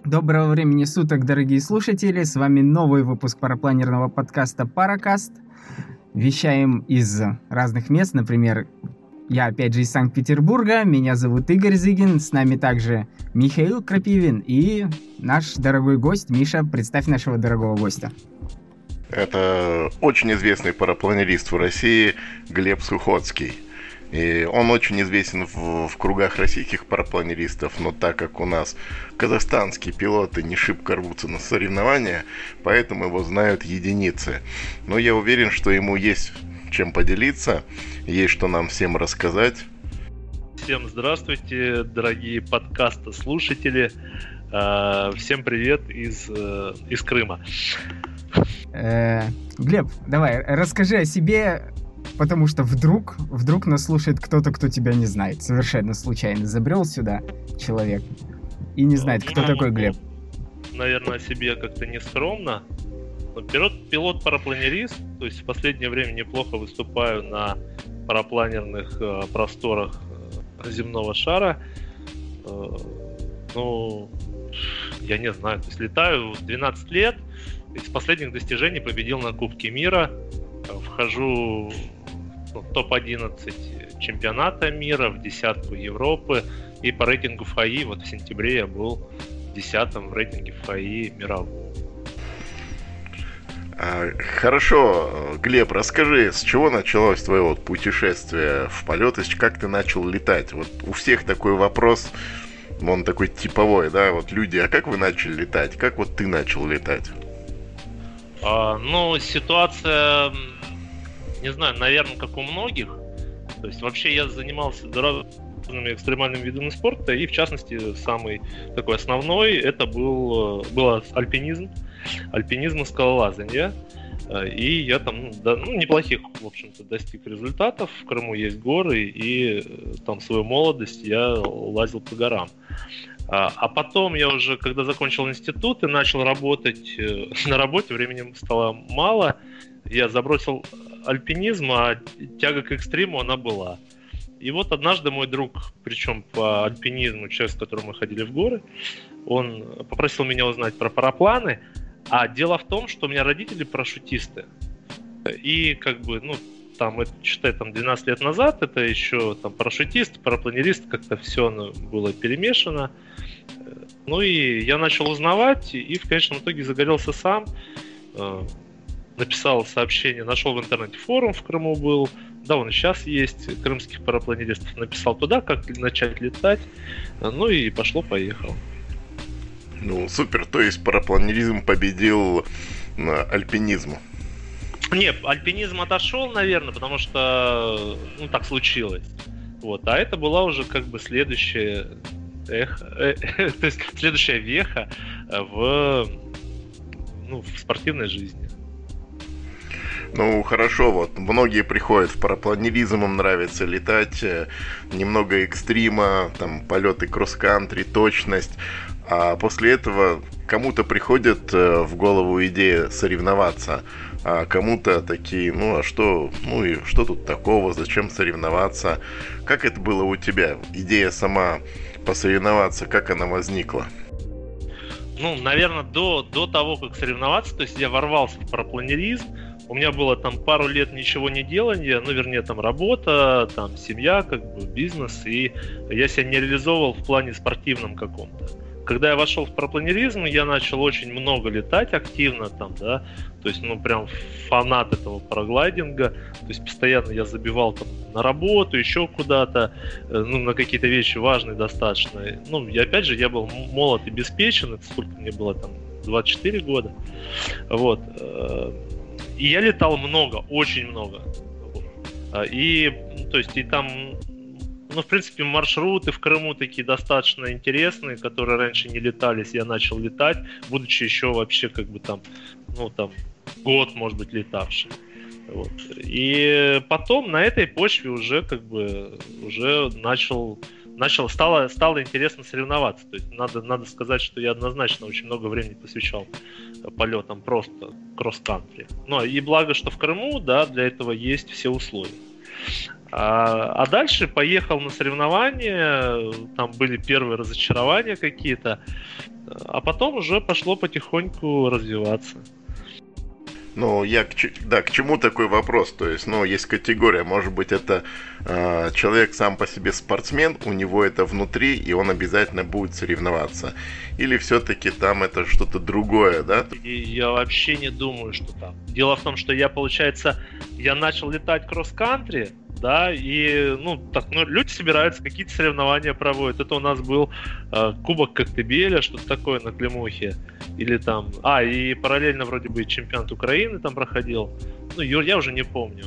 Доброго времени суток, дорогие слушатели. С вами новый выпуск парапланерного подкаста «Паракаст». Вещаем из разных мест. Например, я опять же из Санкт-Петербурга. Меня зовут Игорь Зыгин. С нами также Михаил Крапивин и наш дорогой гость. Миша, представь нашего дорогого гостя. Это очень известный парапланерист в России Глеб Сухоцкий. И он очень известен в кругах российских парапланеристов, но так как у нас казахстанские пилоты не шибко рвутся на соревнования, поэтому его знают единицы. Но я уверен, что ему есть чем поделиться, есть что нам всем рассказать. Всем здравствуйте, дорогие подкаста-слушатели. Всем привет из Крыма. Глеб, давай, расскажи о себе. Потому что вдруг нас слушает кто-то, кто тебя не знает. Совершенно случайно забрел сюда человек и не знает, кто такой Глеб. Наверное, о себе как-то не скромно. Пилот-парапланерист, то есть в последнее время неплохо выступаю на парапланерных просторах земного шара. Я не знаю, то есть летаю 12 лет. Из последних достижений победил на Кубке мира. Вхожу в топ-11 чемпионата мира, в десятку Европы, и по рейтингу ФАИ, вот в сентябре я был 10-м в рейтинге ФАИ мирового. Хорошо, Глеб, расскажи, с чего началось твое путешествие в полет, как ты начал летать? Вот у всех такой вопрос, он такой типовой, да, вот люди, а как вы начали летать? Как вот ты начал летать? Ситуация, не знаю, наверное, как у многих. То есть вообще я занимался разными экстремальными видами спорта, и в частности самый такой основной это был альпинизм и скалолазание. И я там неплохих, в общем-то, достиг результатов. В Крыму есть горы, и там свою молодость я лазил по горам. А потом я уже, когда закончил институт и начал работать на работе, времени стало мало, я забросил альпинизм, а тяга к экстриму она была. И вот однажды мой друг, причем по альпинизму, человек, с которым мы ходили в горы, он попросил меня узнать про парапланы. А дело в том, что у меня родители парашютисты. И это, считай, 12 лет назад, это еще парашютист, парапланерист, как-то все было перемешано. И я начал узнавать, и в конечном итоге загорелся сам. Написал сообщение, нашел в интернете форум в Крыму был, да, он и сейчас есть, крымских парапланеристов. Написал туда, как начать летать, и пошло-поехало. Супер, то есть парапланеризм победил альпинизм? Нет, альпинизм отошел, наверное, потому что, так случилось. А это была уже следующая то есть следующая веха в спортивной жизни. Хорошо, многие приходят в парапланеризм, им нравится летать, немного экстрима, полеты кросс-кантри, точность, а после этого кому-то приходит в голову идея соревноваться, а кому-то такие, и что тут такого, зачем соревноваться? Как это было у тебя? Идея сама посоревноваться, как она возникла? Наверное, до того, как соревноваться, то есть я ворвался в парапланеризм, у меня было пару лет ничего не делания, работа, семья, бизнес, и я себя не реализовывал в плане спортивном каком-то. Когда я вошел в парапланеризм, я начал очень много летать активно, то есть, прям фанат этого параглайдинга, то есть постоянно я забивал на работу, еще куда-то, на какие-то вещи важные достаточно. И опять же, я был молод и беспечен, это сколько мне было, 24 года, и я летал много, очень много, и, то есть, и там... в принципе, маршруты в Крыму такие достаточно интересные, которые раньше не летались. Я начал летать, будучи еще вообще год, может быть, летавший. И потом на этой почве уже стало интересно соревноваться. То есть надо сказать, что я однозначно очень много времени посвящал полетам просто кросс-кантри. И благо, что в Крыму, да, для этого есть все условия. А дальше поехал на соревнования, там были первые разочарования какие-то, а потом уже пошло потихоньку развиваться. Ну, к чему такой вопрос? То есть, есть категория, может быть, это человек сам по себе спортсмен, у него это внутри, и он обязательно будет соревноваться. Или все-таки там это что-то другое, да? И я вообще не думаю, что так. Дело в том, что я начал летать кросс-кантри, да, и, люди собираются, какие-то соревнования проводят. Это у нас был Кубок Коктебеля, что-то такое на Климухе. Или там... и параллельно вроде бы чемпионат Украины там проходил. Я уже не помню.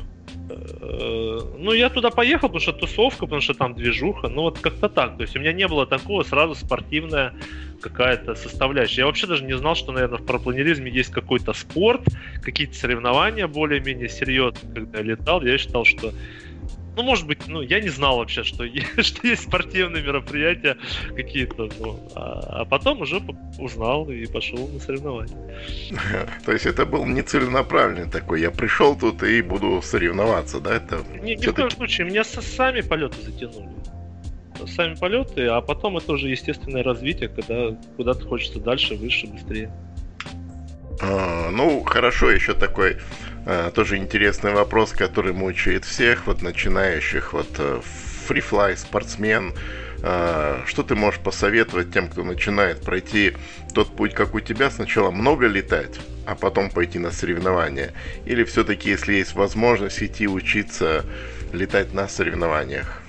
Я туда поехал, потому что тусовка, потому что там движуха. Как-то так. То есть у меня не было такого сразу спортивная какая-то составляющая. Я вообще даже не знал, что, наверное, в парапланеризме есть какой-то спорт, какие-то соревнования более-менее серьезные. Когда я летал, я считал, что может быть, я не знал вообще, что есть спортивные мероприятия какие-то, а потом уже узнал и пошел на соревнования. То есть это был не целенаправленный такой, я пришел тут и буду соревноваться, да? Это ни в коем случае, меня сами полеты затянули. Сами полеты, а потом это уже естественное развитие, когда куда-то хочется дальше, выше, быстрее. Хорошо, еще такой тоже интересный вопрос, который мучает всех, начинающих, фрифлай, спортсмен. Что ты можешь посоветовать тем, кто начинает пройти тот путь, как у тебя, сначала много летать, а потом пойти на соревнования? Или все-таки, если есть возможность, идти учиться летать на соревнованиях?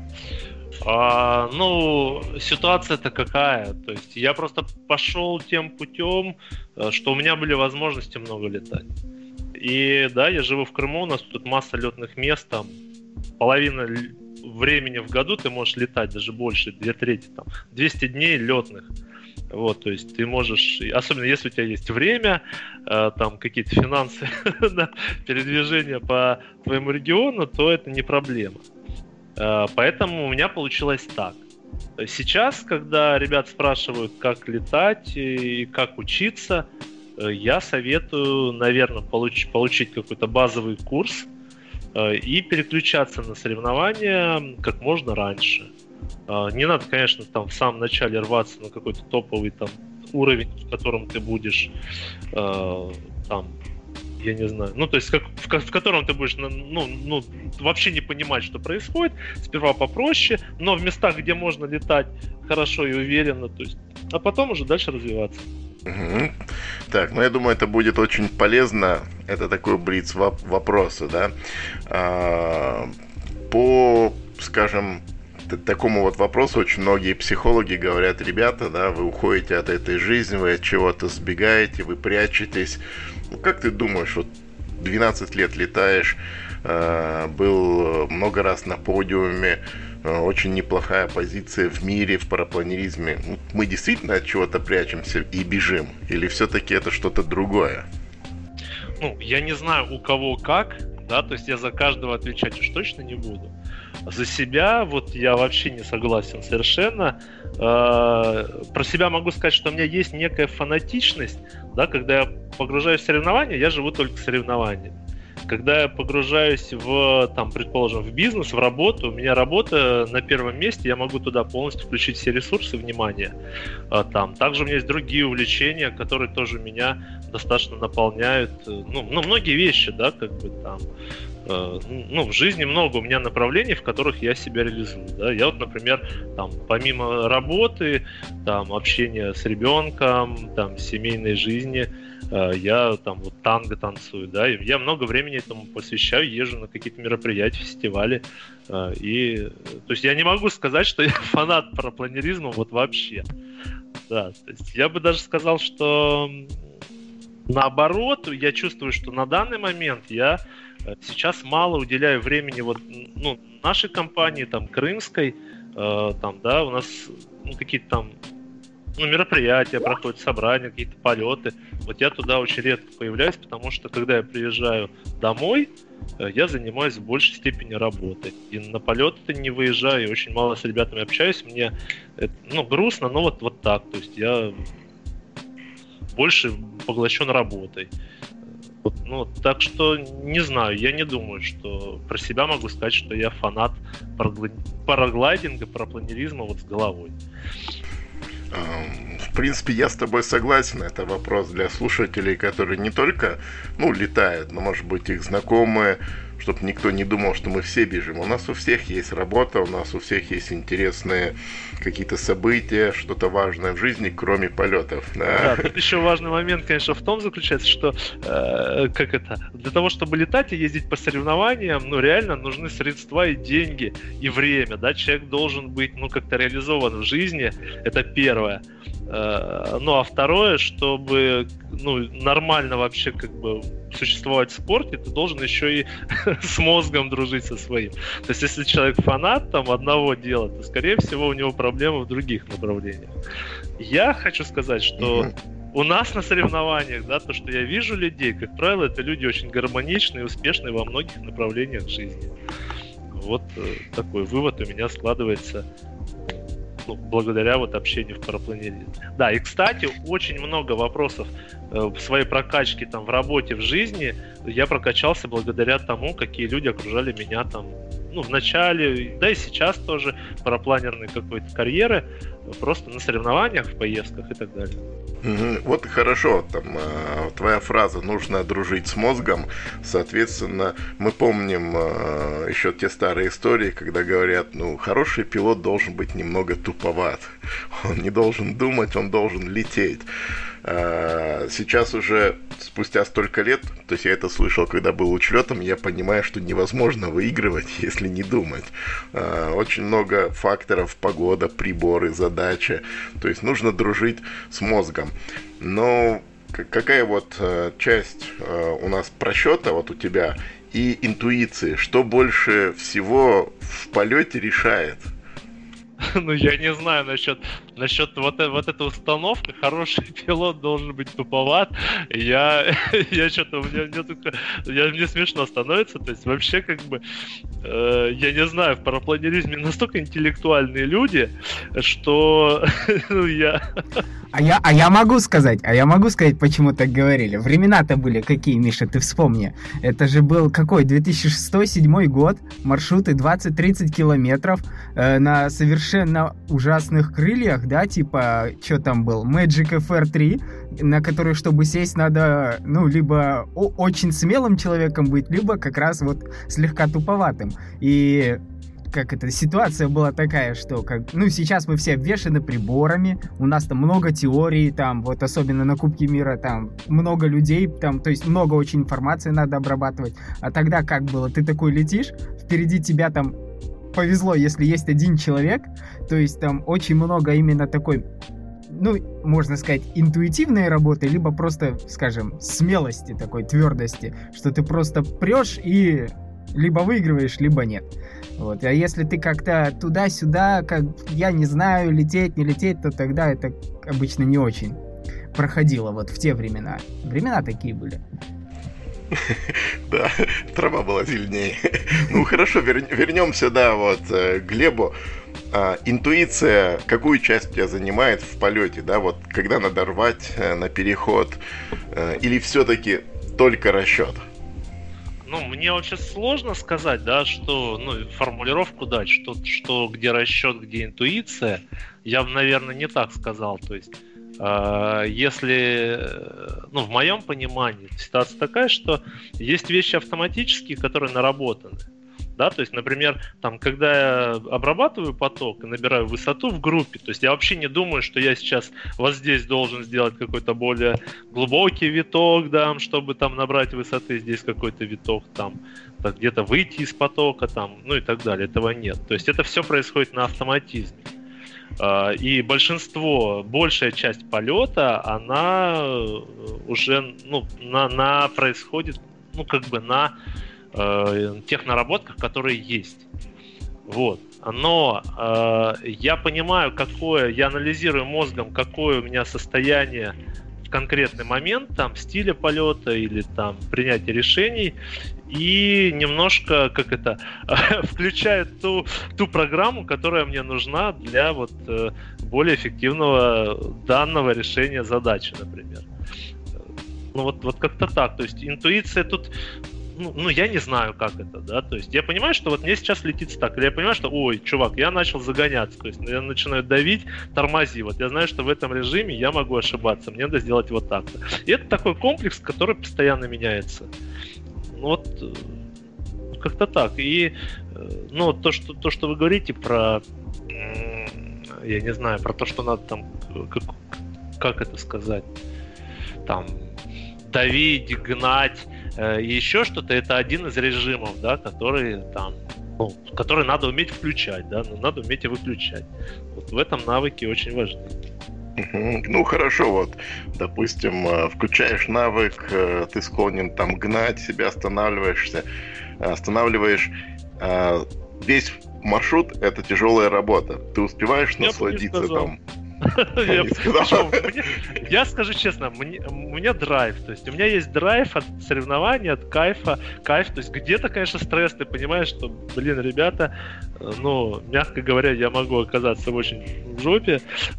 Ситуация-то какая? То есть я просто пошел тем путем, что у меня были возможности много летать. И да, я живу в Крыму, у нас тут масса летных мест, там половина времени в году ты можешь летать, даже больше, 2/3, там 200 дней летных. То есть ты можешь, особенно если у тебя есть время, там какие-то финансы на передвижение по твоему региону, то это не проблема. Поэтому у меня получилось так. Сейчас, когда ребят спрашивают, как летать и как учиться, я советую, наверное, получить какой-то базовый курс и переключаться на соревнования как можно раньше. Не надо, конечно, там в самом начале рваться на какой-то топовый там уровень, в котором ты будешь я не знаю, то есть в котором ты будешь, вообще не понимать, что происходит. Сперва попроще, но в местах, где можно летать хорошо и уверенно, то есть, а потом уже дальше развиваться. Угу. Так, я думаю, это будет очень полезно. Это такой блиц вопросы, да. По, скажем, такому вопросу очень многие психологи говорят: ребята, да, вы уходите от этой жизни, вы от чего-то сбегаете, вы прячетесь. Как ты думаешь, 12 лет летаешь, был много раз на подиуме, очень неплохая позиция в мире, в парапланеризме. Мы действительно от чего-то прячемся и бежим? Или все-таки это что-то другое? Я не знаю, у кого как, да, то есть я за каждого отвечать уж точно не буду. За себя я вообще не согласен совершенно. Про себя могу сказать, что у меня есть некая фанатичность, да, когда я погружаюсь в соревнования, я живу только соревнованиями. Когда я погружаюсь предположим, в бизнес, в работу, у меня работа на первом месте, я могу туда полностью включить все ресурсы, внимание. Также у меня есть другие увлечения, которые тоже меня достаточно наполняют. Многие вещи, да, в жизни много у меня направлений, в которых я себя реализую. Да. Я например, помимо работы, общения с ребенком, семейной жизни, я танго танцую, да, и я много времени этому посвящаю, езжу на какие-то мероприятия, фестивали, то есть я не могу сказать, что я фанат парапланеризма вообще, да, то есть я бы даже сказал, что наоборот, я чувствую, что на данный момент я сейчас мало уделяю времени нашей компании, крымской, да, у нас какие-то мероприятия проходят, собрания, какие-то полеты. Я туда очень редко появляюсь, потому что когда я приезжаю домой, я занимаюсь в большей степени работой. И на полеты не выезжаю, очень мало с ребятами общаюсь. Мне грустно, но вот так. То есть я больше поглощен работой. Ну, так что, не знаю, я не думаю, что про себя могу сказать, что я фанат параглайдинга, парапланеризма вот с головой. В принципе, я с тобой согласен. Это вопрос для слушателей, которые не только, летают, но, может быть, их знакомые, чтобы никто не думал, что мы все бежим. У нас у всех есть работа, у нас у всех есть интересные какие-то события, что-то важное в жизни, кроме полетов. Да, тут еще важный момент, конечно, в том заключается, что для того, чтобы летать и ездить по соревнованиям, реально нужны средства и деньги, и время, да, человек должен быть, как-то реализован в жизни, это первое. А второе, чтобы нормально вообще существовать в спорте, ты должен еще и с мозгом дружить со своим. То есть, если человек фанат одного дела, то, скорее всего, у него проблемы в других направлениях. Я хочу сказать, что у нас на соревнованиях, да, то, что я вижу людей, как правило, это люди очень гармоничные и успешные во многих направлениях жизни. Вот такой вывод у меня складывается благодаря общению в парапланеризме. Да, и, кстати, очень много вопросов в своей прокачке в работе, в жизни я прокачался благодаря тому, какие люди окружали меня в начале, да и сейчас тоже парапланерной какой-то карьеры, просто на соревнованиях, в поездках и так далее. Вот хорошо, твоя фраза «нужно дружить с мозгом», соответственно, мы помним еще те старые истории, когда говорят, хороший пилот должен быть немного туповат, он не должен думать, он должен лететь. Сейчас уже спустя столько лет, то есть я это слышал, когда был учетом, я понимаю, что невозможно выигрывать, если не думать. Очень много факторов: погода, приборы, задачи. То есть нужно дружить с мозгом. Но какая часть у нас просчета у тебя и интуиции? Что больше всего в полете решает? Я не знаю насчет вот этой установки. Хороший пилот должен быть туповат. Мне смешно становится. То есть вообще я не знаю, в парапланеризме настолько интеллектуальные люди, что А я могу сказать, почему так говорили. Времена-то были какие, Миша, ты вспомни. Это же был 2006-2007 год, маршруты 20-30 километров на совершенно ужасных крыльях, да, типа, что там был, Magic FR3, на который, чтобы сесть, надо, либо очень смелым человеком быть, либо как раз слегка туповатым. И ситуация была такая, что сейчас мы все обвешаны приборами, у нас там много теорий, особенно на Кубке мира, много людей, то есть много очень информации надо обрабатывать. А тогда как было? Ты такой летишь, впереди тебя повезло, если есть один человек, то есть очень много именно такой, можно сказать, интуитивной работы, либо просто, скажем, смелости такой, твердости, что ты просто прешь и либо выигрываешь, либо нет. А если ты как-то туда-сюда, я не знаю, лететь, не лететь, то тогда это обычно не очень проходило в те времена. Времена такие были. Да, трава была зеленее. Хорошо, вернемся, к Глебу. Интуиция, какую часть тебя занимает в полете, да, когда надо рвать на переход, или все-таки только расчет? Мне очень сложно сказать, да, что, формулировку дать, что где расчет, где интуиция. Я бы, наверное, не так сказал. То есть, если, в моем понимании, ситуация такая, что есть вещи автоматические, которые наработаны. Да, то есть, например, когда я обрабатываю поток и набираю высоту в группе, то есть я вообще не думаю, что я сейчас здесь должен сделать какой-то более глубокий виток, да, чтобы набрать высоты, здесь какой-то виток, где-то выйти из потока, и так далее. Этого нет. То есть это все происходит на автоматизме. И большая часть полета, она уже, происходит, на тех наработках, которые есть. Но я понимаю, я анализирую мозгом, какое у меня состояние в конкретный момент, стиля полета или принятия решений, и немножко, включаю ту программу, которая мне нужна для более эффективного данного решения задачи, например. Ну вот как-то так. То есть интуиция тут, ну я не знаю, как это, да. То есть я понимаю, что вот мне сейчас летит стак, или я понимаю, что, ой, чувак, я начал загоняться. То есть я начинаю давить, тормози. Вот я знаю, что в этом режиме я могу ошибаться. Мне надо сделать вот так-то. И это такой комплекс, который постоянно меняется. Ну вот как-то так. И ну то, что вы говорите про, я не знаю, про то, что надо там, как это сказать, там давить, гнать, еще что-то, это один из режимов, да, который там, который надо уметь включать, да, но надо уметь и выключать. Вот в этом навыки очень важны. Ну хорошо, вот, допустим, включаешь навык, ты склонен там гнать себя, останавливаешь, весь маршрут — это тяжелая работа. Ты успеваешь насладиться там? Я скажу честно, у меня драйв, то есть у меня есть драйв от соревнований, от кайфа, кайф, то есть где-то, конечно, стресс, ты понимаешь, что, блин, ребята, ну, мягко говоря, я могу оказаться очень в жопе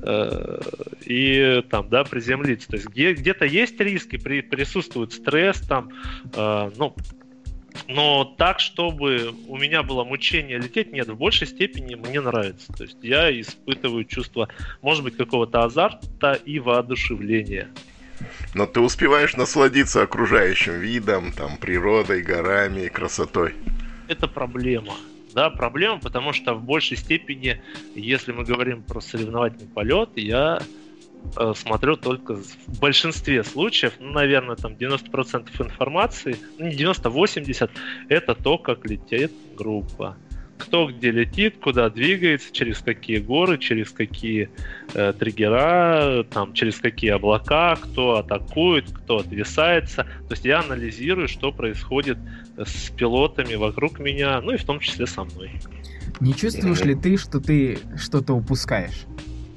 и там, да, приземлиться, то есть где-то есть риски, присутствует стресс там, ну, но так, чтобы у меня было мучение лететь, нет, в большей степени мне нравится. То есть я испытываю чувство, может быть, какого-то азарта и воодушевления. Но ты успеваешь насладиться окружающим видом, там, природой, горами, красотой. Это проблема. Да, проблема, потому что в большей степени, если мы говорим про соревновательный полет, я смотрю только в большинстве случаев, ну, наверное, там 90% информации, ну, не 90-80%, это то, как летит группа. Кто где летит, куда двигается, через какие горы, через какие триггера, там, через какие облака, кто атакует, кто отвисается. То есть я анализирую, что происходит с пилотами вокруг меня, ну и в том числе со мной. Не чувствуешь ли ты что-то упускаешь?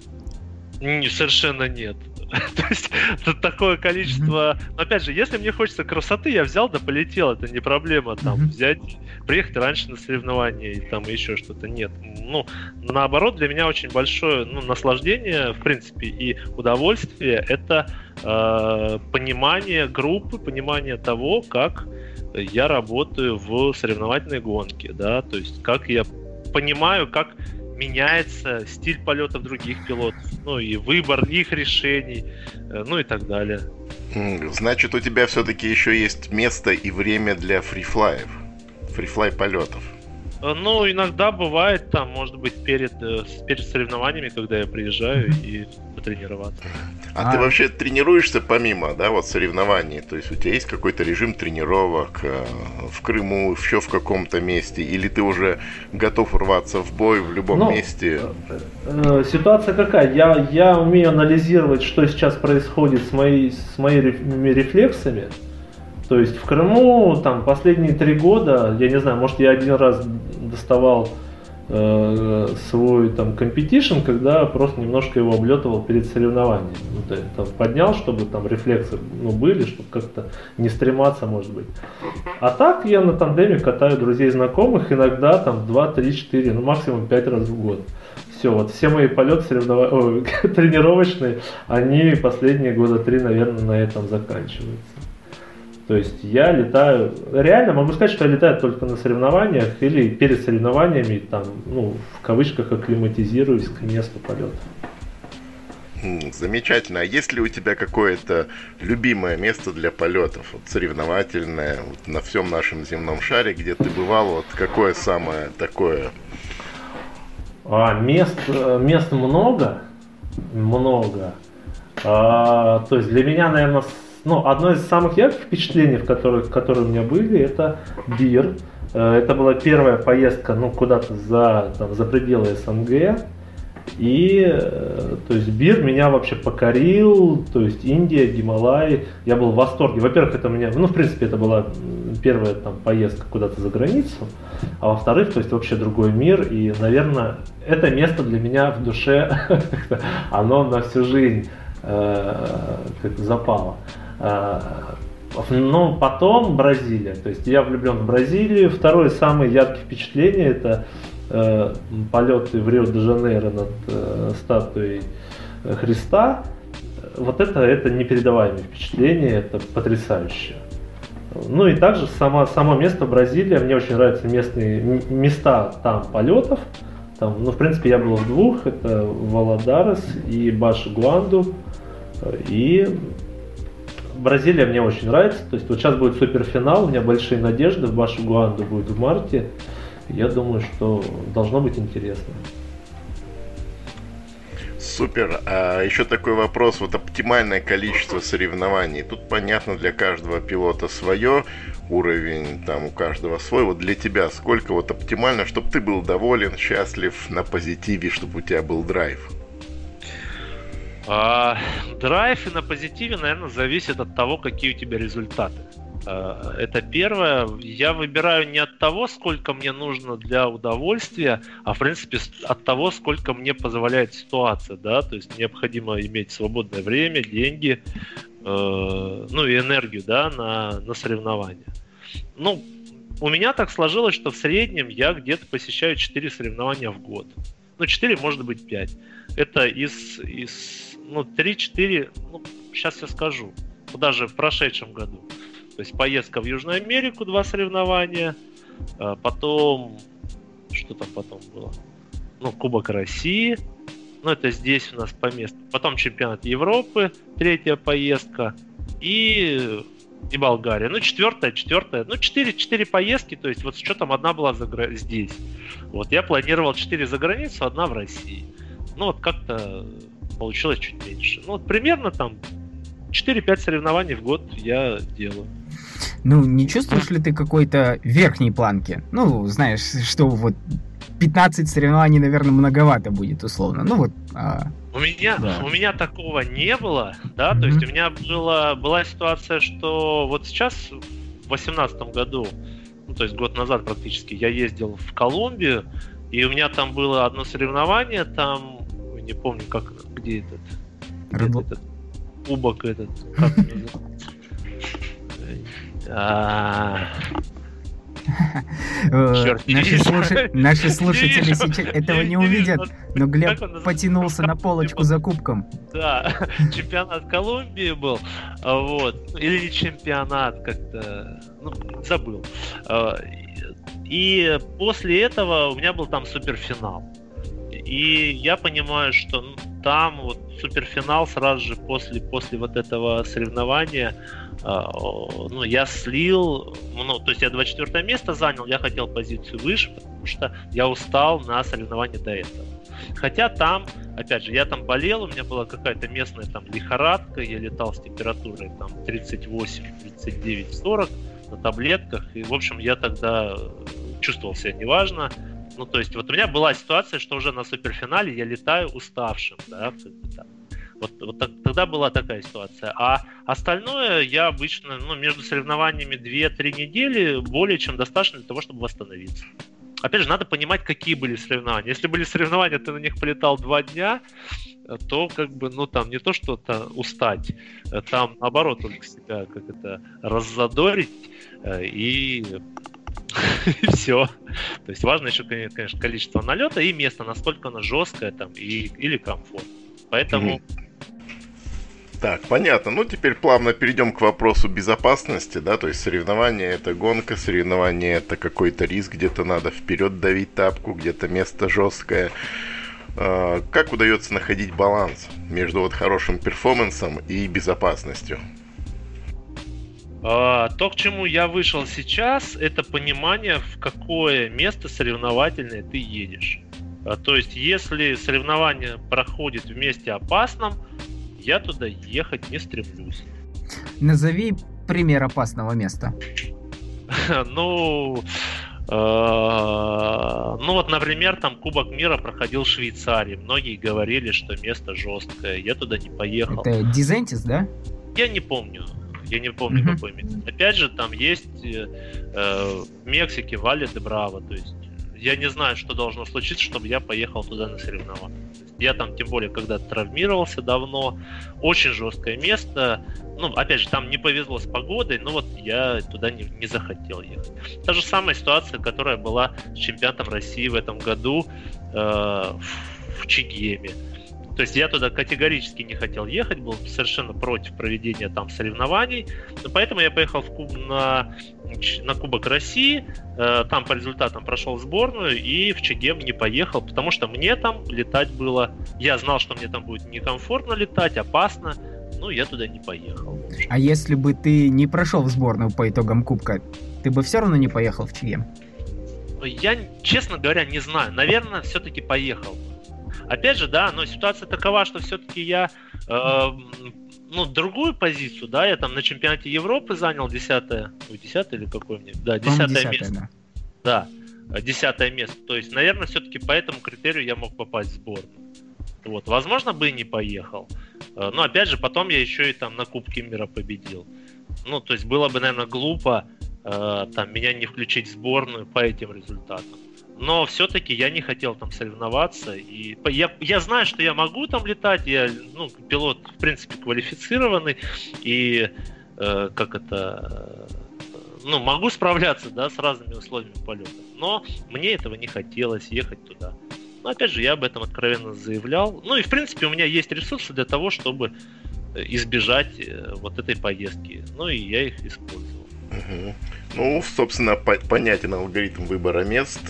Совершенно нет. То есть тут такое количество... Но опять же, если мне хочется красоты, я взял да полетел, это не проблема. Там взять, приехать раньше на соревнования и там еще что-то. Нет. Ну, наоборот, для меня очень большое наслаждение, в принципе, и удовольствие — это понимание группы, понимание того, как я работаю в соревновательной гонке, да, то есть как я понимаю, как меняется стиль полета других пилотов, ну и выбор их решений, ну и так далее. Значит, у тебя все-таки еще есть место и время для фрифлай полетов. Ну, иногда бывает, там, может быть, перед соревнованиями, когда я приезжаю и потренироваться. А ты вообще тренируешься помимо, да, вот соревнований? То есть у тебя есть какой-то режим тренировок в Крыму, еще в каком-то месте? Или ты уже готов рваться в бой в любом месте? Ситуация какая? Я умею анализировать, что сейчас происходит с моими рефлексами. То есть в Крыму там последние 3 года, я не знаю, может я один раз доставал свой там competition, когда просто немножко его облетывал перед соревнованием. Ну, там, поднял, чтобы там рефлексы были, чтобы как-то не стрематься, может быть. А так я на тандеме катаю друзей, знакомых, иногда там 2, 3, 4, ну максимум 5 раз в год. Все, вот все мои полеты тренировочные, они последние года 3, наверное, на этом заканчиваются. То есть я летаю, реально могу сказать, что я летаю только на соревнованиях или перед соревнованиями, там, ну, в кавычках, акклиматизируюсь к месту полета. Замечательно. А есть ли у тебя какое-то любимое место для полетов, вот, соревновательное, вот, на всем нашем земном шаре, где ты бывал, вот какое самое такое? Мест много. То есть для меня, наверное, одно из самых ярких впечатлений, которые у меня были, это Бир. Это была первая поездка, куда-то за пределы СНГ. И, то есть, Бир меня вообще покорил, то есть, Индия, Гималай. Я был в восторге. Во-первых, это в принципе, это была первая поездка куда-то за границу. А во-вторых, то есть, вообще другой мир. И, наверное, это место для меня в душе, оно на всю жизнь как-то запало. Но потом Бразилия, то есть я влюблен в Бразилию. Второе самое яркое впечатление — это полеты в Рио-де-Жанейро над статуей Христа. вот это непередаваемое впечатление, это потрясающе. Ну и также само место Бразилия, мне очень нравятся места там полетов. Там, ну, в принципе, я был в двух, это Валадарис и Башу-Гуанду. И Бразилия мне очень нравится, то есть вот сейчас будет суперфинал, у меня большие надежды, в Башу-Гуанду будет в марте. Я думаю, что должно быть интересно. Супер. А еще такой вопрос. Вот оптимальное количество соревнований. Тут понятно, для каждого пилота свое, уровень там у каждого свой. Вот для тебя сколько вот оптимально, чтобы ты был доволен, счастлив, на позитиве, чтобы у тебя был драйв? Драйв и на позитиве, наверное, зависит от того, какие у тебя результаты. Это первое. Я выбираю не от того, сколько мне нужно для удовольствия, а в принципе от того, сколько мне позволяет ситуация, да, то есть необходимо иметь свободное время, деньги, ну и энергию, да, на соревнования. Ну, у меня так сложилось, что в среднем я где-то посещаю 4 соревнования в год. Ну, 4, может быть, 5. Это из 3-4, ну, сейчас я скажу, даже в прошедшем году. То есть поездка в Южную Америку, 2 соревнования, потом, что там потом было? Ну, Кубок России, ну, это здесь у нас по месту. Потом чемпионат Европы, 3-я поездка, и Болгария. Ну, 4-я, ну, 4 поездки, то есть вот с учетом одна была здесь. Вот, я планировал 4 за границу, 1 в России. Ну, вот как-то получилось чуть меньше. Ну, вот примерно там 4-5 соревнований в год я делаю. Ну, не чувствуешь ли ты какой-то верхней планки? Ну, знаешь, что вот 15 соревнований, наверное, многовато будет, условно. Ну, вот... У меня такого не было, да, то есть у меня была ситуация, что вот сейчас, в 2018 году, ну, то есть год назад практически, я ездил в Колумбию, и у меня там было одно соревнование, там, не помню, где этот кубок этот, как он называется? Наши слушатели сейчас этого не увидят, но Глеб потянулся на полочку за кубком. Да, чемпионат Колумбии был, вот, или не чемпионат, как-то, ну, забыл. И после этого у меня был там суперфинал. И я понимаю, что там вот суперфинал сразу же после вот этого соревнования, ну, я слил, ну, то есть я 24 место занял, я хотел позицию выше, потому что я устал на соревновании до этого. Хотя там, опять же, я там болел, у меня была какая-то местная там лихорадка, я летал с температурой там 38, 39, 40 на таблетках, и, в общем, я тогда чувствовал себя неважно. Ну, то есть, вот у меня была ситуация, что уже на суперфинале я летаю уставшим, да, вот тогда была такая ситуация. А остальное я обычно, ну, между соревнованиями 2-3 недели более чем достаточно для того, чтобы восстановиться. Опять же, надо понимать, какие были соревнования. Если были соревнования, ты на них полетал 2 дня, то как бы, ну, там не то что-то устать, там наоборот только себя как это раззадорить и все. То есть важно еще, конечно, количество налета и место, насколько оно жесткое там или комфорт. Поэтому... Так, понятно. Ну, теперь плавно перейдем к вопросу безопасности, да, то есть соревнования — это гонка, соревнования — это какой-то риск, где-то надо вперед давить тапку, где-то место жесткое. Как удается находить баланс между вот хорошим перформансом и безопасностью? То, к чему я вышел сейчас, это понимание, в какое место соревновательное ты едешь. То есть, если соревнование проходит в месте опасном, я туда ехать не стремлюсь. Назови пример опасного места. Ну, вот, например, там Кубок мира проходил в Швейцарии. Многие говорили, что место жесткое. Я туда не поехал. Это Дизентис, да? Я не помню, какой место. Опять же, там есть в Мексике Валле-де-Браво. То есть я не знаю, что должно случиться, чтобы я поехал туда на соревнования. Я там, тем более, когда травмировался давно, очень жесткое место. Ну, опять же, там не повезло с погодой, но вот я туда не захотел ехать. Та же самая ситуация, которая была с чемпионатом России в этом году в Чегеме. То есть я туда категорически не хотел ехать, был совершенно против проведения там соревнований. Поэтому я поехал на Кубок России, там по результатам прошел сборную и в Чегем не поехал, потому что мне там летать было... Я знал, что мне там будет некомфортно летать, опасно, я туда не поехал. А если бы ты не прошел в сборную по итогам Кубка, ты бы все равно не поехал в Чегем? Я, честно говоря, не знаю. Наверное, все-таки поехал. Опять же, да, но ситуация такова, что все-таки я другую позицию, да, я там на чемпионате Европы занял 10-е или какое мне? Да, 10-е место. Да, 10-е место. То есть, наверное, все-таки по этому критерию я мог попасть в сборную. Вот, возможно, бы и не поехал. Но опять же, потом я еще и там на Кубке мира победил. То есть было бы, наверное, глупо там меня не включить в сборную по этим результатам. Но все-таки я не хотел там соревноваться. И я знаю, что я могу там летать. Я пилот, в принципе, квалифицированный. И могу справляться, да, с разными условиями полета. Но мне этого не хотелось, ехать туда. Но опять же, я об этом откровенно заявлял. И в принципе у меня есть ресурсы для того, чтобы избежать вот этой поездки. И я их использовал. Угу. Собственно, понятен алгоритм выбора мест.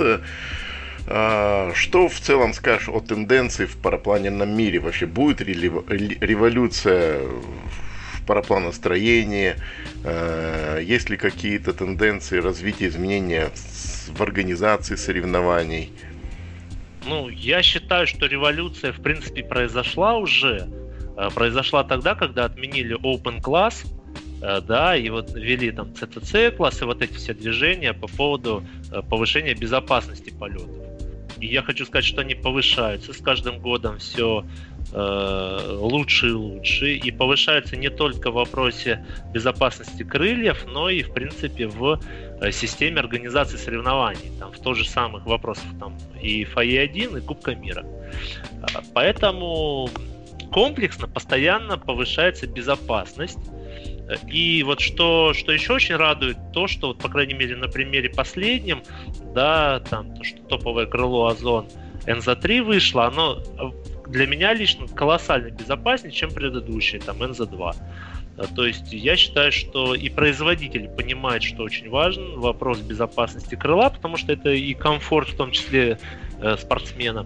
Что в целом скажешь о тенденции в парапланерном мире? Вообще будет ли революция в парапланостроении? Есть ли какие-то тенденции развития, изменения в организации соревнований? Я считаю, что революция, в принципе, произошла уже. Произошла тогда, когда отменили Open Class, да, и вот ввели там CCC класс и вот эти все движения по поводу повышения безопасности полетов. И я хочу сказать, что они повышаются с каждым годом все лучше и лучше. И повышаются не только в вопросе безопасности крыльев, но и, в принципе, в системе организации соревнований. Там в то же самых вопросах там и ФАИ-1, и Кубка мира. Поэтому комплексно, постоянно повышается безопасность. И вот что еще очень радует, то, что, вот, по крайней мере, на примере последнем, да, там, то, что топовое крыло Озон NZ3 вышло, оно для меня лично колоссально безопаснее, чем предыдущее, там, NZ2. То есть я считаю, что и производитель понимает, что очень важен вопрос безопасности крыла, потому что это и комфорт, в том числе спортсменам.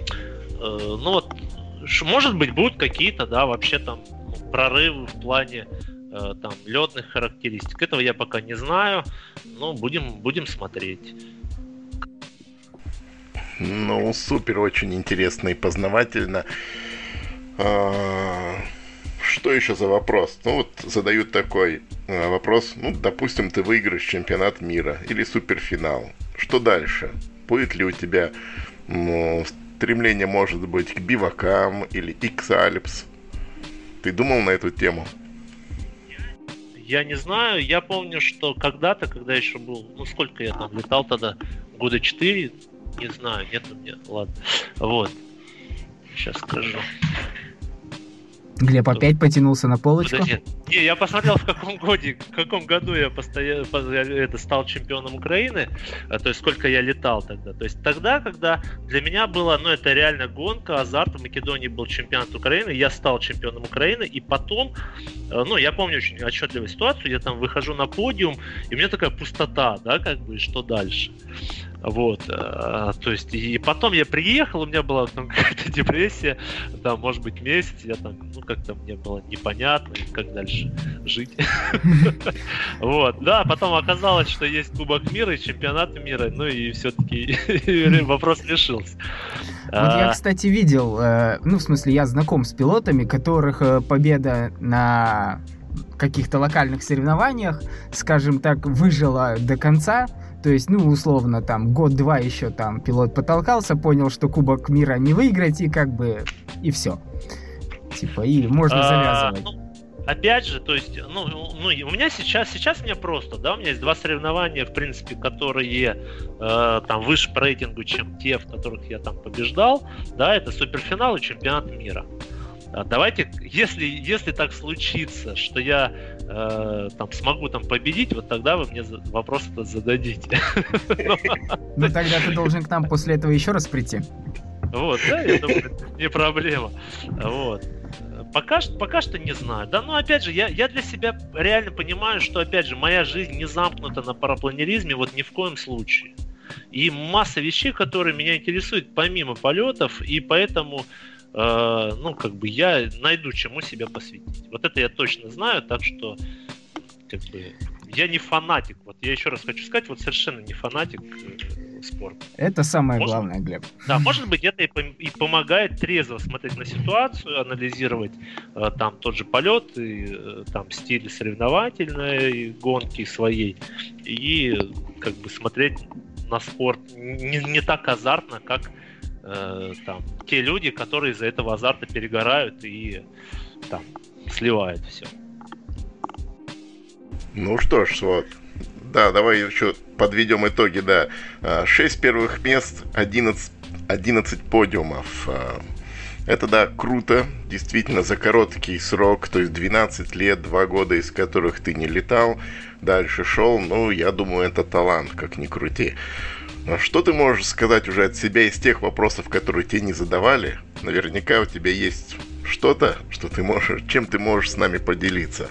Может быть, будут какие-то, да, вообще там прорывы в плане там летных характеристик. Этого я пока не знаю, но будем смотреть. Супер, очень интересно и познавательно. Что еще за вопрос? Задают такой вопрос. Допустим, ты выиграешь чемпионат мира или суперфинал. Что дальше? Будет ли у тебя стремление, может быть, к бивакам или X-Alps? Ты думал на эту тему? Я не знаю, я помню, что когда-то, когда еще был, сколько я там летал тогда, года 4, не знаю, нет у меня, ладно, вот, сейчас скажу. Глеб опять потянулся на полочку? Не, я посмотрел, в каком году я стал чемпионом Украины, то есть сколько я летал тогда. То есть тогда, когда для меня было, это реально гонка, азарт. В Македонии был чемпионат Украины, я стал чемпионом Украины, и потом, я помню очень отчетливую ситуацию, я там выхожу на подиум, и у меня такая пустота, да, что дальше. Вот, то есть, и потом я приехал, у меня была там какая-то депрессия, там, может быть, месяц, я там, как-то мне было непонятно, как дальше жить. Вот, да, потом оказалось, что есть Кубок мира и чемпионат мира, и все-таки вопрос решился. Вот я, кстати, видел, в смысле, я знаком с пилотами, которых победа на каких-то локальных соревнованиях, скажем так, выжила до конца. То есть, условно, там, год-два еще там пилот потолкался, понял, что Кубок мира не выиграть, и и все. И можно завязывать. Опять же, то есть, у меня сейчас мне просто, да, у меня есть 2 соревнования, в принципе, которые там выше по рейтингу, чем те, в которых я там побеждал, да, это суперфинал и чемпионат мира. Давайте, если так случится, что я там смогу там победить, вот тогда вы мне вопрос этот зададите. Тогда ты должен к нам после этого еще раз прийти. Вот, да, я думаю, это не проблема. Вот. Пока что не знаю. Да, но опять же, я для себя реально понимаю, что, опять же, моя жизнь не замкнута на парапланеризме вот ни в коем случае. И масса вещей, которые меня интересуют помимо полетов, и поэтому, я найду чему себя посвятить. Вот это я точно знаю, так что, я не фанатик. Вот я еще раз хочу сказать, вот совершенно не фанатик спорта. Это самое главное, Глеб. Да, может быть, это и помогает трезво смотреть на ситуацию, анализировать там тот же полет, и там стиль соревновательной гонки своей, и смотреть на спорт не так азартно, как там те люди, которые из-за этого азарта перегорают и там сливают все. Ну что ж, вот. Да, давай еще подведем итоги, да. 6 первых мест, 11 подиумов. Это, да, круто, действительно, за короткий срок, то есть 12 лет, 2 года, из которых ты не летал, дальше шел, я думаю, это талант, как ни крути. Но что ты можешь сказать уже от себя из тех вопросов, которые тебе не задавали? Наверняка у тебя есть что-то, чем ты можешь с нами поделиться.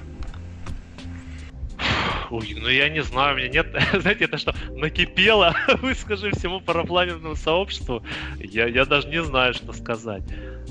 Ой, я не знаю, у меня нет, знаете, это что, накипело, выскажи всему парапланерному сообществу, я даже не знаю, что сказать.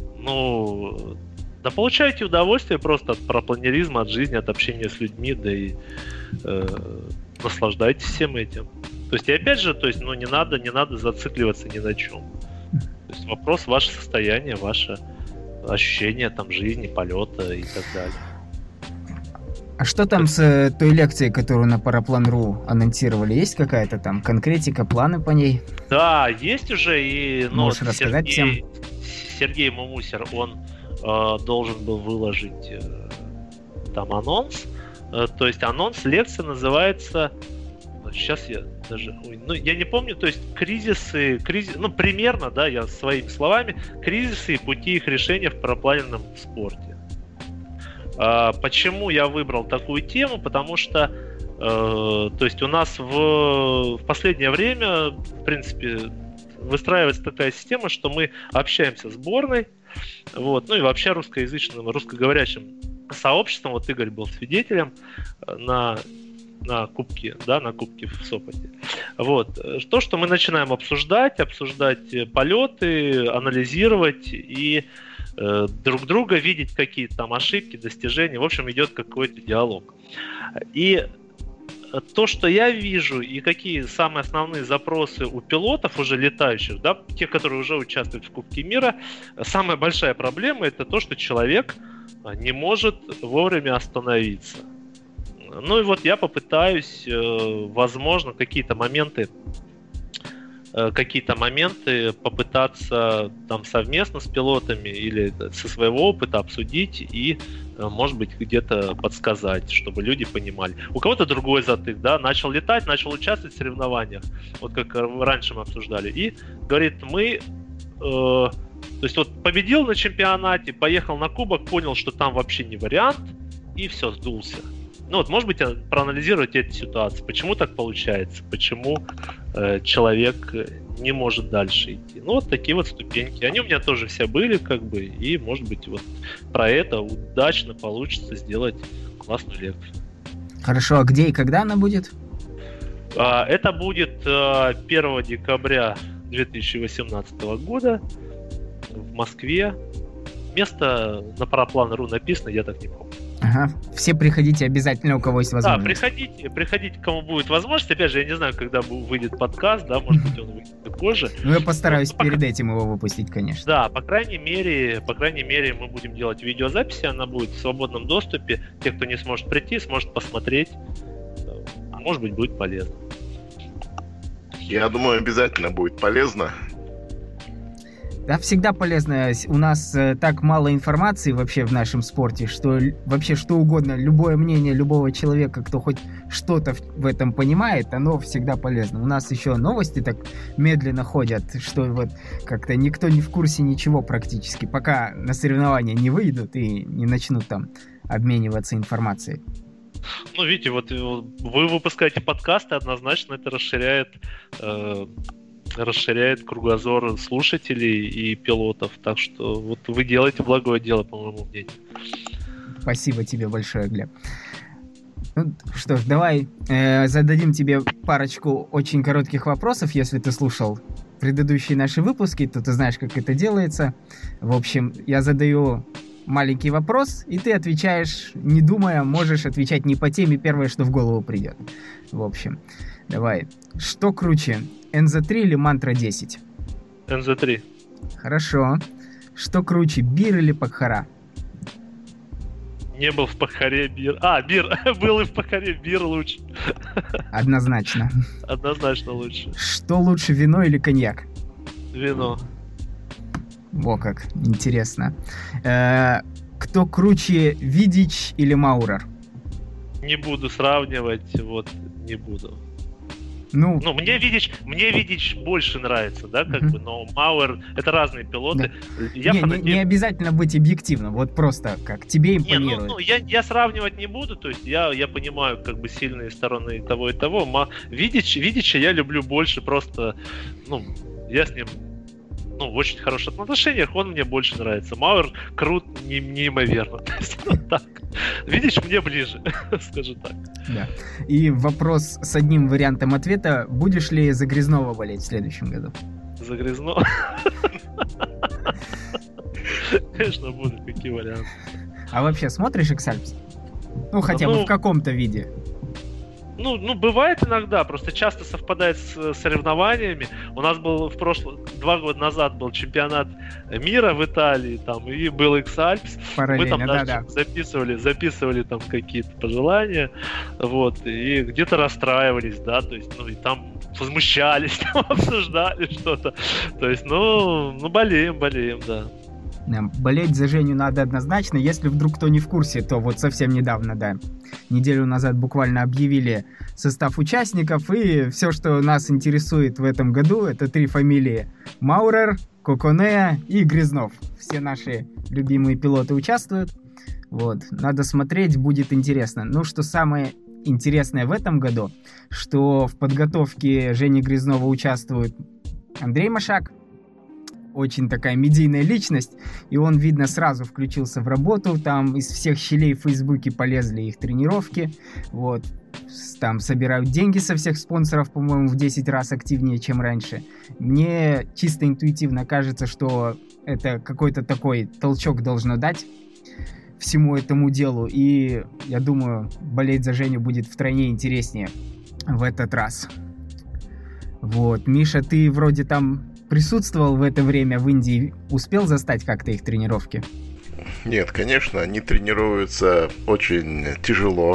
Да получайте удовольствие просто от парапланеризма, от жизни, от общения с людьми, да и наслаждайтесь всем этим. То есть, и опять же, не надо зацикливаться ни на чем. То есть вопрос ваше состояние, ваше ощущение там жизни, полета и так далее. А что там с той лекцией, которую на Параплан.ру анонсировали? Есть какая-то там конкретика, планы по ней? Да, есть уже. И можешь рассказать всем? Сергей Мумусер, он должен был выложить там анонс. То есть анонс лекции называется... Сейчас я даже... я не помню, то есть примерно, да, я своими словами, кризисы и пути их решения в парапланерном спорте. Почему я выбрал такую тему? Потому что то есть у нас в последнее время, в принципе, выстраивается такая система, что мы общаемся с сборной, вот, и вообще русскоязычным, русскоговорящим сообществом. Вот Игорь был свидетелем на кубке, да, на кубке в Сопоте. Вот. То, что мы начинаем обсуждать полеты, анализировать и друг друга, видеть какие-то там ошибки, достижения. В общем, идет какой-то диалог. И то, что я вижу, и какие самые основные запросы у пилотов, уже летающих, да, тех, которые уже участвуют в Кубке мира, самая большая проблема — это то, что человек не может вовремя остановиться. И вот я попытаюсь, возможно, какие-то моменты попытаться там совместно с пилотами или со своего опыта обсудить и, может быть, где-то подсказать, чтобы люди понимали. У кого-то другой затык, да, начал летать, начал участвовать в соревнованиях, вот как раньше мы обсуждали, и говорит, то есть вот победил на чемпионате, поехал на кубок, понял, что там вообще не вариант, и все, сдулся. Может быть, проанализировать эту ситуацию. Почему так получается? Почему человек не может дальше идти? Вот такие вот ступеньки. Они у меня тоже все были, и, может быть, вот про это удачно получится сделать классную лекцию. Хорошо, а где и когда она будет? Это будет 1 декабря 2018 года в Москве. Место на Параплан.ру написано, я так не помню. Ага, все приходите обязательно, у кого есть возможность. Да, приходите, кому будет возможность. Опять же, я не знаю, когда выйдет подкаст, да, может быть, он выйдет позже. Я постараюсь перед этим его выпустить, конечно. Да, по крайней мере, мы будем делать видеозаписи, она будет в свободном доступе. Те, кто не сможет прийти, сможет посмотреть. А может быть, будет полезно. Я думаю, обязательно будет полезно. Да, всегда полезно. У нас так мало информации вообще в нашем спорте, что вообще что угодно, любое мнение любого человека, кто хоть что-то в этом понимает, оно всегда полезно. У нас еще новости так медленно ходят, что вот как-то никто не в курсе ничего практически, пока на соревнования не выйдут и не начнут там обмениваться информацией. Видите, вот вы выпускаете подкасты, однозначно это расширяет расширяет кругозор слушателей и пилотов. Так что вот вы делаете благое дело, по моему мнению. Спасибо тебе большое, Глеб. Ну, что ж, давай зададим тебе парочку очень коротких вопросов, если ты слушал предыдущие наши выпуски, то ты знаешь, как это делается. В общем, я задаю маленький вопрос, и ты отвечаешь, не думая, можешь отвечать не по теме, первое, что в голову придет. В общем, давай. Что круче, NZ3 или Mantra 10? NZ3. Хорошо. Что круче, бир или Покхара? Не был в Покхаре бир. Бир. Был и в Покхаре бир лучше. Однозначно. Однозначно лучше. Что лучше, вино или коньяк? Вино. Во как, интересно. Кто круче, Видич или Маурер? Не буду сравнивать, не буду. Ну, мне Видич больше нравится, да, как бы, но Мауэр — это разные пилоты. Да. Не обязательно быть объективным, вот просто как тебе импонирует. Я сравнивать не буду, то есть я понимаю как бы сильные стороны того и того. Видича я люблю больше, просто, я с ним в очень хороших отношениях, он мне больше нравится. Мауэр крут неимоверно. То есть, так. Видишь, мне ближе, скажу так. Да. И вопрос с одним вариантом ответа. Будешь ли за Грязнова болеть в следующем году? За Грязнова? Конечно, буду. Какие варианты? А вообще смотришь X-Alps? Хотя бы в каком-то виде. Бывает иногда, просто часто совпадает с соревнованиями. У нас был 2 года назад был чемпионат мира в Италии, там, и был X-Alps. Мы там даже записывали там какие-то пожелания, и где-то расстраивались, да, то есть, и там возмущались, там обсуждали что-то. То есть, болеем, да. Болеть за Женю надо однозначно. Если вдруг кто не в курсе, то вот совсем недавно, неделю назад буквально объявили состав участников, и все, что нас интересует в этом году, это 3 фамилии: Маурер, Коконеа и Грязнов. Все наши любимые пилоты участвуют. Надо смотреть, будет интересно. Что самое интересное в этом году, что в подготовке Жени Грязнова участвует Андрей Машак. Очень такая медийная личность, и он, видно, сразу включился в работу, там из всех щелей в Фейсбуке полезли их тренировки, там собирают деньги со всех спонсоров, по-моему, в 10 раз активнее, чем раньше. Мне чисто интуитивно кажется, что это какой-то такой толчок должно дать всему этому делу, и я думаю, болеть за Женю будет втройне интереснее в этот раз. Миша, ты вроде там присутствовал в это время в Индии, успел застать как-то их тренировки? Нет, конечно, они тренируются очень тяжело,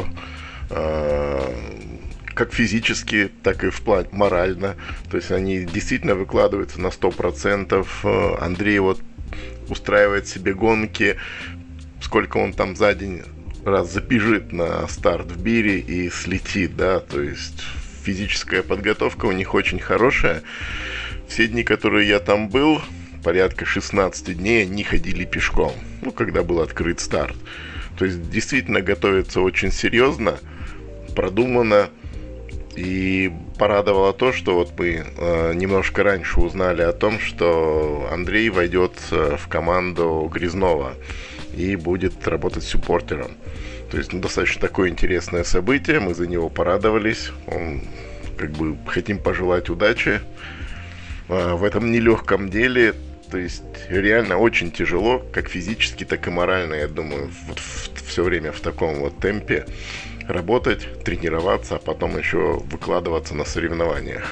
как физически, так и в плане морально. То есть они действительно выкладываются на 100%. Андрей устраивает себе гонки, сколько он там за день раз забежит на старт в бире и слетит, да, то есть физическая подготовка у них очень хорошая. Все дни, которые я там был, порядка 16 дней, они ходили пешком, когда был открыт старт. То есть действительно готовятся очень серьезно, продуманно. И порадовало то, что мы немножко раньше узнали о том, что Андрей войдет в команду Грязнова и будет работать суппортером. То есть достаточно такое интересное событие, мы за него порадовались. Хотим пожелать удачи в этом нелегком деле. То есть реально очень тяжело, как физически, так и морально, я думаю, все время в таком темпе работать, тренироваться, а потом еще выкладываться на соревнованиях.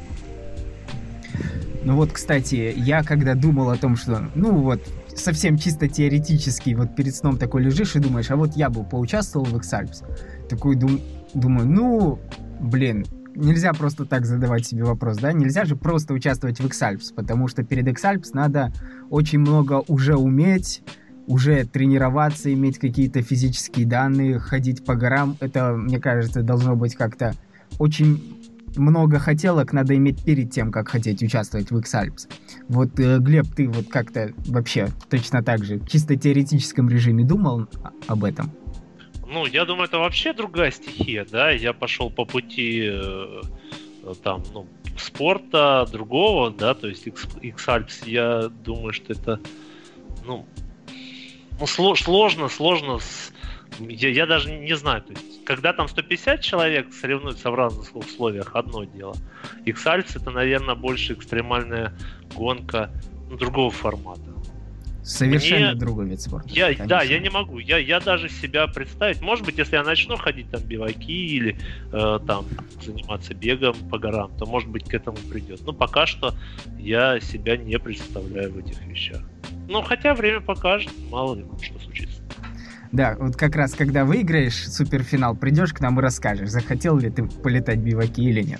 Кстати, я когда думал о том, что, совсем чисто теоретически, перед сном такой лежишь и думаешь, я бы поучаствовал в X-Alps. Такой думаю, нельзя просто так задавать себе вопрос, да? Нельзя же просто участвовать в X-Alps, потому что перед X-Alps надо очень много уже уметь, уже тренироваться, иметь какие-то физические данные, ходить по горам. Это, мне кажется, должно быть как-то очень много хотелок надо иметь перед тем, как хотеть участвовать в X-Alps. Глеб, ты как-то вообще точно так же в чисто теоретическом режиме думал об этом? Я думаю, это вообще другая стихия, да, я пошел по пути спорта другого, да, то есть X-Alps, я думаю, что это, сложно, я даже не знаю, то есть, когда там 150 человек соревнуются в разных условиях, одно дело. X-Alps это, наверное, больше экстремальная гонка другого формата. Совершенно другой вид спорта. Я не могу. Я даже себя представить. Может быть, если я начну ходить там биваки или там заниматься бегом по горам, то может быть к этому придет. Но пока что я себя не представляю в этих вещах. Хотя время покажет, мало ли что случится. Да, вот как раз когда выиграешь суперфинал, придешь к нам и расскажешь, захотел ли ты полетать биваки или нет.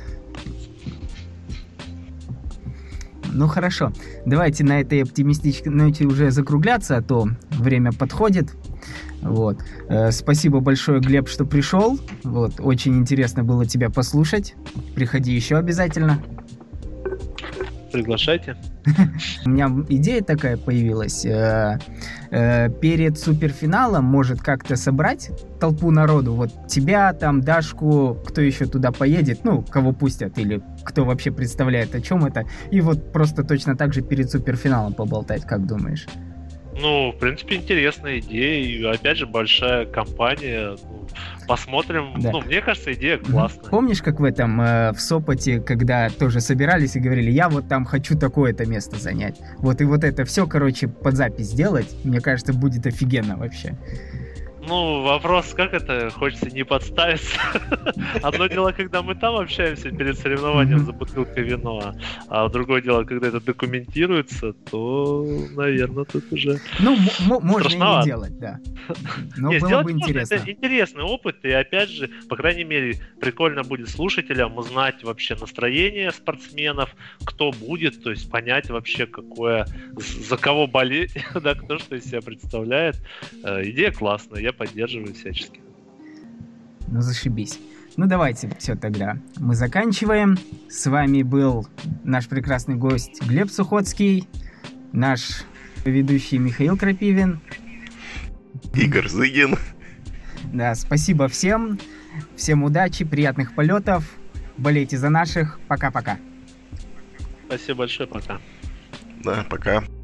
Хорошо, давайте на этой оптимистической ноте уже закругляться, а то время подходит. Спасибо большое, Глеб, что пришел. Очень интересно было тебя послушать. Приходи еще обязательно. Приглашайте. У меня идея такая появилась. Перед суперфиналом может как-то собрать толпу народу. Тебя, там, Дашку, кто еще туда поедет, кого пустят, или кто вообще представляет, о чем это. И просто точно так же перед суперфиналом поболтать, как думаешь? В принципе, интересная идея. И, опять же, большая компания. Посмотрим. Да. Мне кажется, идея классная. Помнишь, как в Сопоте, когда тоже собирались и говорили, я там хочу такое-то место занять. И это все, под запись сделать, мне кажется, будет офигенно вообще. Вопрос, как это? Хочется не подставиться. Одно дело, когда мы там общаемся перед соревнованием за бутылкой вина, а другое дело, когда это документируется, то, наверное, тут уже можно страшновато. и не делать, да. Но было бы интересно. Это интересный опыт, и опять же, по крайней мере, прикольно будет слушателям узнать вообще настроение спортсменов, кто будет, то есть понять вообще, за кого болеть, да, кто что из себя представляет. Идея классная, я поддерживаю всячески. Зашибись. Давайте все тогда. Мы заканчиваем. С вами был наш прекрасный гость Глеб Сухоцкий, наш ведущий Михаил Крапивин. Игорь Зыгин. Да, спасибо всем. Всем удачи, приятных полетов. Болейте за наших. Пока-пока. Спасибо большое, пока. Да, пока.